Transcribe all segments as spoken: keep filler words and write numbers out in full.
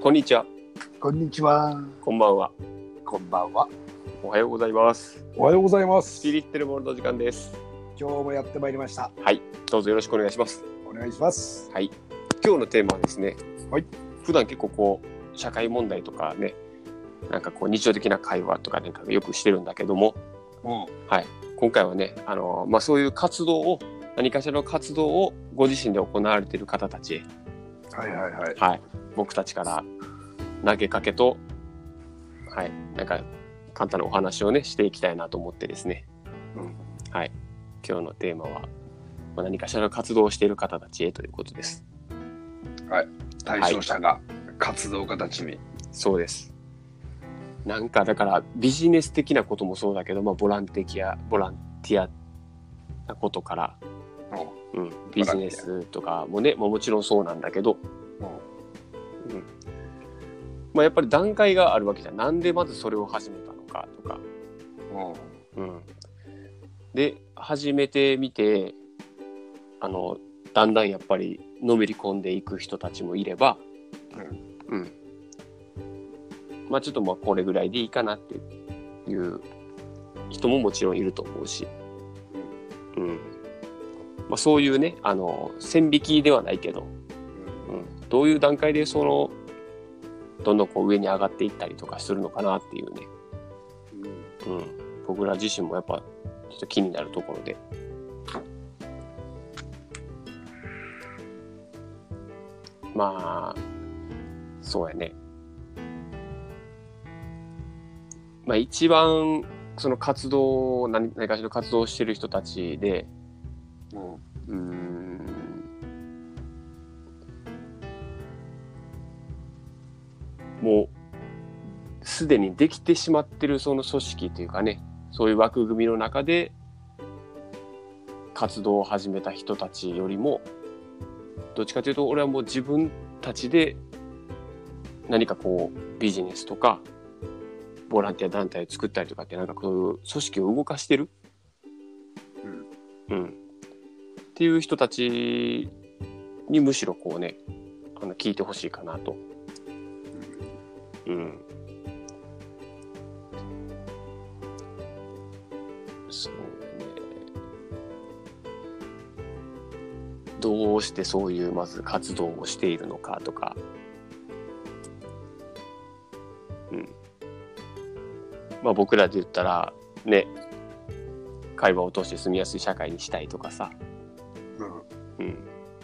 こんにちは。 こんにちは。 こんばんは。 こんばんは。 おはようございます。 おはようございまスす。 ピリッテルモールの時間です。 今日もやってまいりました。 はい、どうぞよろしくお願いします。 お願いします。 はい、今日のテーマはですね、 はい、 普段結構こう社会問題とかね、なんかこう日常的な会話とかなんかよくしてるんだけども、 うん、 はい、今回はね、あのまあそういう活動を何かしらの活動をご自身で行われている方たちへ、 はいはいはい。 はい、僕たちから投げかけと、はい、なんか簡単なお話をねしていきたいなと思ってですね、 うん、 はい、今日のテーマは、まあ、何かしらの活動をしている方たちへということです。 はい、対象者が活動家たちに、はい、 そうです。なんかだからビジネス的なこともそうだけど、まあ、ボランティアボランティアなことから、うん、ビジネスとかもね、まあ、もちろんそうなんだけど、うんうん、まあ、やっぱり段階があるわけじゃん。なんでまずそれを始めたのかとか、うん、で始めてみて、あのだんだんやっぱりのめり込んでいく人たちもいれば、うんうん、まあちょっとまあこれぐらいでいいかなっていう人ももちろんいると思うし、うん、まあ、そういうね、あの線引きではないけど、うん、どういう段階でそのどんどんこう上に上がっていったりとかするのかなっていうね、うんうん、僕ら自身もやっぱちょっと気になるところで、まあそうやね、まあ一番その活動何、何かしら活動してる人たちで、うん、うーんもうすでにできてしまってるその組織というかね、そういう枠組みの中で活動を始めた人たちよりも、どっちかというと俺はもう自分たちで何かこうビジネスとかボランティア団体を作ったりとかって、なんかこういう組織を動かしてる、うん、うん、っていう人たちにむしろこうね、あの聞いてほしいかなと、うん、そうね。どうしてそういうまず活動をしているのかとか、うん、まあ僕らで言ったらね、会話を通して住みやすい社会にしたいとかさ、うん、うん、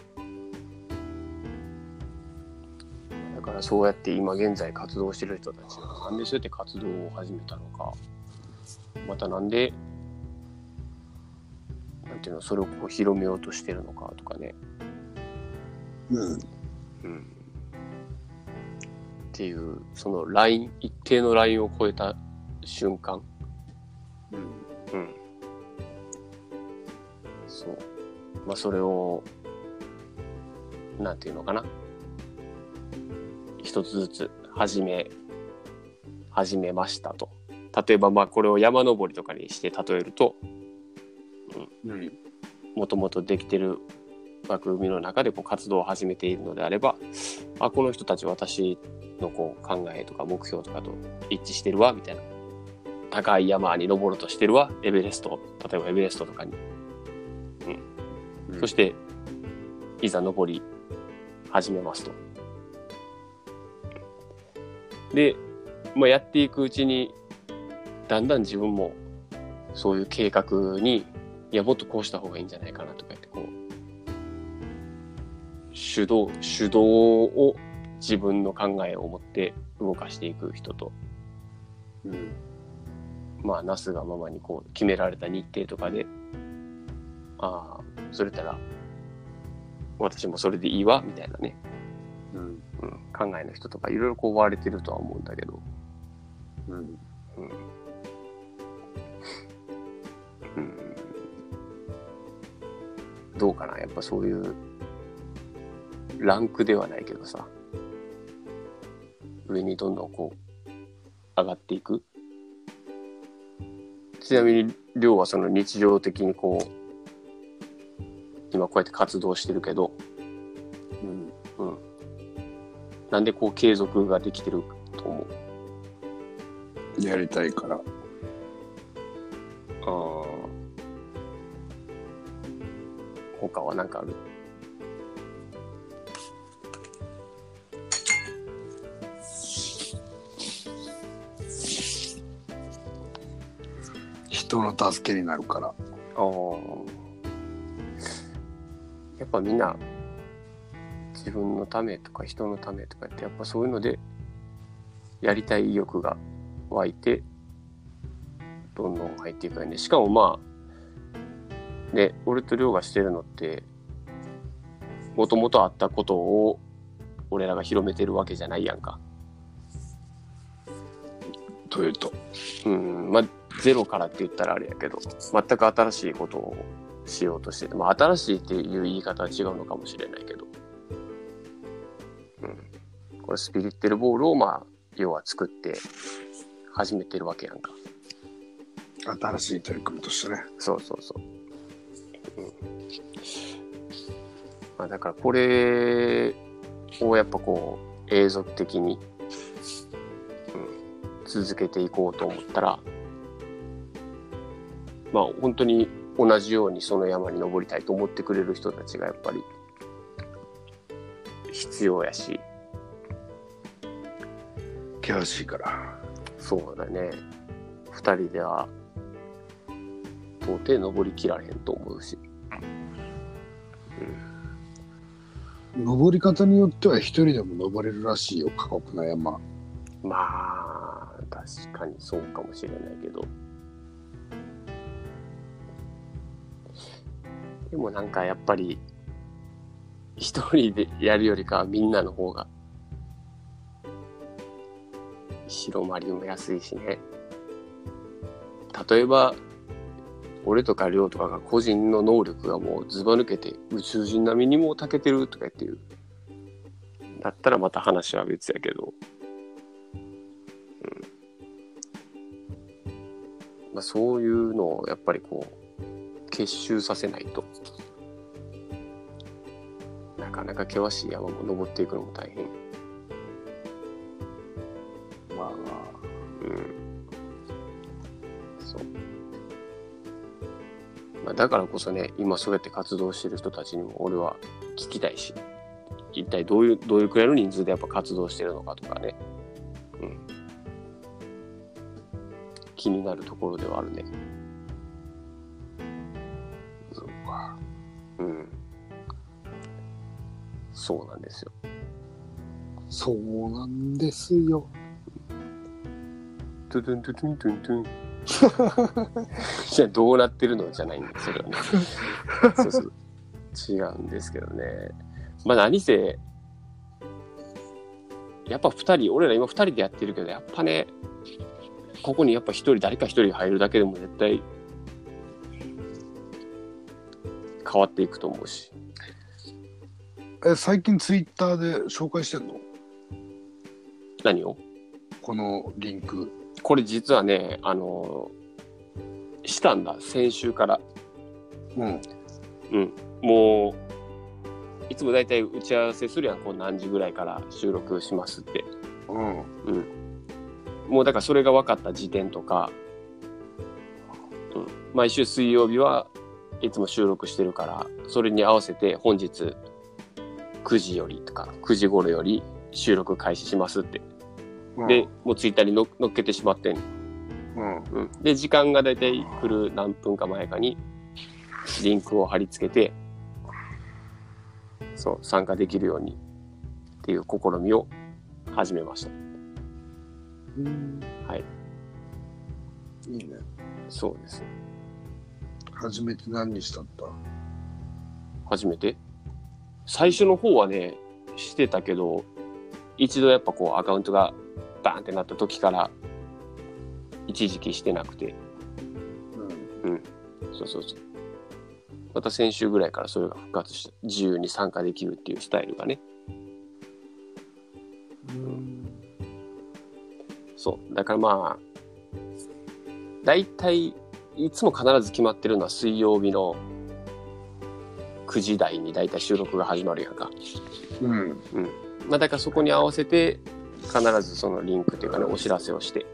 だからそうやって今現在活動してる人たちがなんでそうやって活動を始めたのか、またなんでなんていうの、それをこう広めようとしてるのかとかね、うん、うん、っていうそのライン、一定のラインを超えた瞬間、うん、うん、そう、まあそれをなんていうのかな、一つずつ始め始めましたと。例えばまあこれを山登りとかにして例えると、うん、もともとできてる枠組みの中でこう活動を始めているのであれば、あ、この人たち私のこう考えとか目標とかと一致してるわみたいな、高い山に登ろうとしてるわ、エベレスト、例えばエベレストとかに、うんうん、そしていざ登り始めますと。で、まあ、やっていくうちにだんだん自分もそういう計画に、いやもっとこうした方がいいんじゃないかなとか言ってこう主導主導を自分の考えを持って動かしていく人と、うん、まあなすがままにこう決められた日程とかで、ああそれたら私もそれでいいわみたいなね、うんうん、考えの人とかいろいろこう割れてるとは思うんだけど、うんうん、うん、どうかな、やっぱそういうランクではないけどさ、上にどんどんこう上がっていく。ちなみに亮はその日常的にこう今こうやって活動してるけど、うんうん、 なんでこう継続ができてると思う？ やりたいから。 ああ。他は何かある？ 人の助けになるから。 ああ。やっぱみんな自分のためとか人のためとかってやっぱそういうのでやりたい意欲が湧いてどんどん入っていくよね。しかもまあね、俺と亮がしてるのってもともとあったことを俺らが広めてるわけじゃないやんか。 というと、 うんまあゼロからって言ったらあれやけど全く新しいことをしようとしてて、まあ新しいっていう言い方は違うのかもしれないけど、うん、これスピリッテルボールをまあ要は作って始めてるわけやんか。 新しい取り組みとしてね。 そうそうそう、うんまあ、だからこれをやっぱこう永続的に、うん、続けていこうと思ったらまあ本当に同じようにその山に登りたいと思ってくれる人たちがやっぱり必要やし。 険しいから。 そうだね。二人では到底登りきられへんと思うし。 うん、登り方によっては一人でも登れるらしいよ、過酷な山。 まあ確かにそうかもしれないけど。でもなんかやっぱり一人でやるよりかはみんなの方が広まりも安いしね。例えば俺とか亮とかが個人の能力がもうずば抜けて宇宙人並みにもう長けてるとか言ってるだったらまた話は別やけど、うんまあ、そういうのをやっぱりこう結集させないとなかなか険しい山も登っていくのも大変。 まあまあ、 うん、そう、まあ、だからこそね今そうやって活動してる人たちにも俺は聞きたいし、一体どういうどういうくらいの人数でやっぱ活動してるのかとかね、うん、気になるところではあるね。 そうか。 うん。そうなんですよ。 そうなんですよ。 トゥトゥントゥトゥントゥントゥン。じゃあどうなってるのじゃないんだそれはね。そうそう。違うんですけどね。まあ何せやっぱふたり、俺ら今ふたりでやってるけどやっぱねここにやっぱひとり誰かひとり入るだけでも絶対変わっていくと思うし。 え、最近ツイッターで紹介してんの？ 何を？ このリンク。 これ実はね、あのー、したんだ、先週から。 うん。 うん。もう、いつもだいたい打ち合わせするやん、こう何時ぐらいから収録しますって。 うん。 うん。もうだからそれが分かった時点とか、うん。毎週水曜日はいつも収録してるから、それに合わせて本日くじよりとか、くじ頃より収録開始しますって。 うん、 で、もうツイッターにの乗っけてしまってん、 うんうん。で、時間がだいたい来る何分か前かにリンクを貼り付けて、そう、参加できるようにっていう試みを始めました。 うん、 はい。 いいね。 そうです。 初めて何日だった？ 初めて最初の方はね、してたけど、一度やっぱこうアカウントがバーンってなった時から一時期してなくて、うん、うん、そうそうそう。また先週ぐらいからそれが復活して自由に参加できるっていうスタイルがね。 うん、 そうだからまあだいたいいつも必ず決まってるのは水曜日のくじ台にだいたい収録が始まるやんか。 うん、 うん。 まあ、だからそこに合わせて必ずそのリンクというかねお知らせをして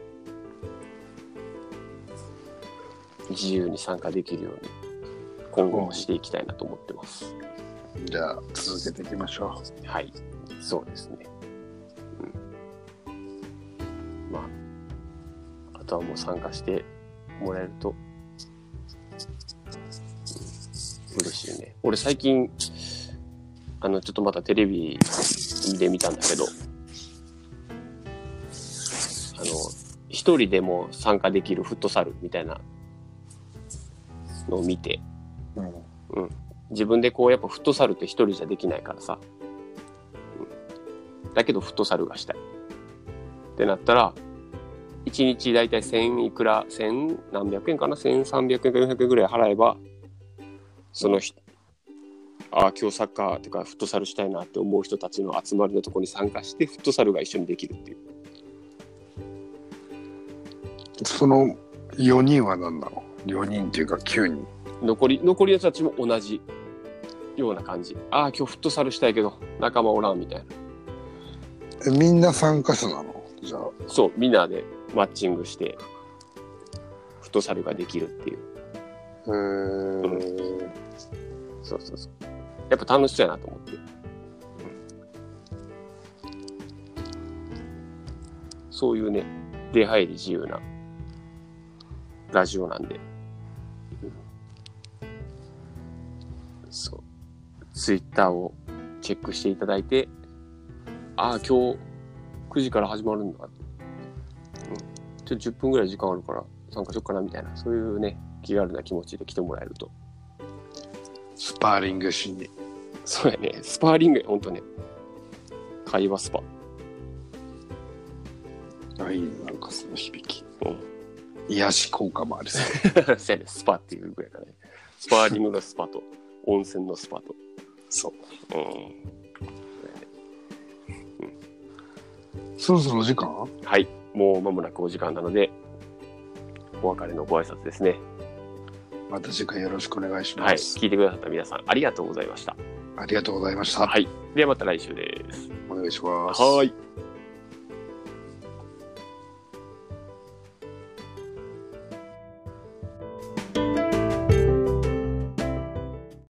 自由に参加できるように今後もしていきたいなと思ってます。 じゃあ続けていきましょう。はい、そうですね。うん、まああとはもう参加してもらえると、うん、嬉しいね。俺最近あのちょっとまたテレビで見たんだけど、あの一人でも参加できるフットサルみたいなのを見て、うんうん、自分でこうやっぱフットサルって一人じゃできないからさ、うん、だけどフットサルがしたいってなったらいちにちだいたいせんいくら千何百円かなせんさんびゃくえんかよんひゃくえんぐらい払えばその人ああ今日サッカーとかフットサルしたいなって思う人たちの集まりのところに参加してフットサルが一緒にできるっていう。 そのよにんは何なの？よにんっていうかきゅうにん。 残り残りの人たちも同じような感じ。ああ今日フットサルしたいけど仲間おらんみたいな。 えみんな参加者なの？じゃあそうみんなでマッチングしてフットサルができるっていう。 へー、うん、 そうそうそう。やっぱ楽しそうやなと思って、うん、そういうね出入り自由なラジオなんで、うん、そうツイッターをチェックしていただいて、ああ今日くじから始まるんだって、うん、ちょっとじゅっぷんぐらい時間あるから参加しようかなみたいな、そういうね気軽な気持ちで来てもらえると。 スパーリングしに。 そうやね、スパーリングほんとね、会話スパ。 あ、いいね、なんかその響き。 うん、 癒し効果もありそう。 そうやね、スパっていうぐらいだね。スパーリングのスパと温泉のスパと。 そう。 うん。 うん、そろそろお時間？ はい、もう間もなくお時間なので、お別れのご挨拶ですね。 また次回よろしくお願いします。 はい、聞いてくださった皆さんありがとうございました。 ありがとうございました。 はい、ではまた来週です。 お願いします。 はい。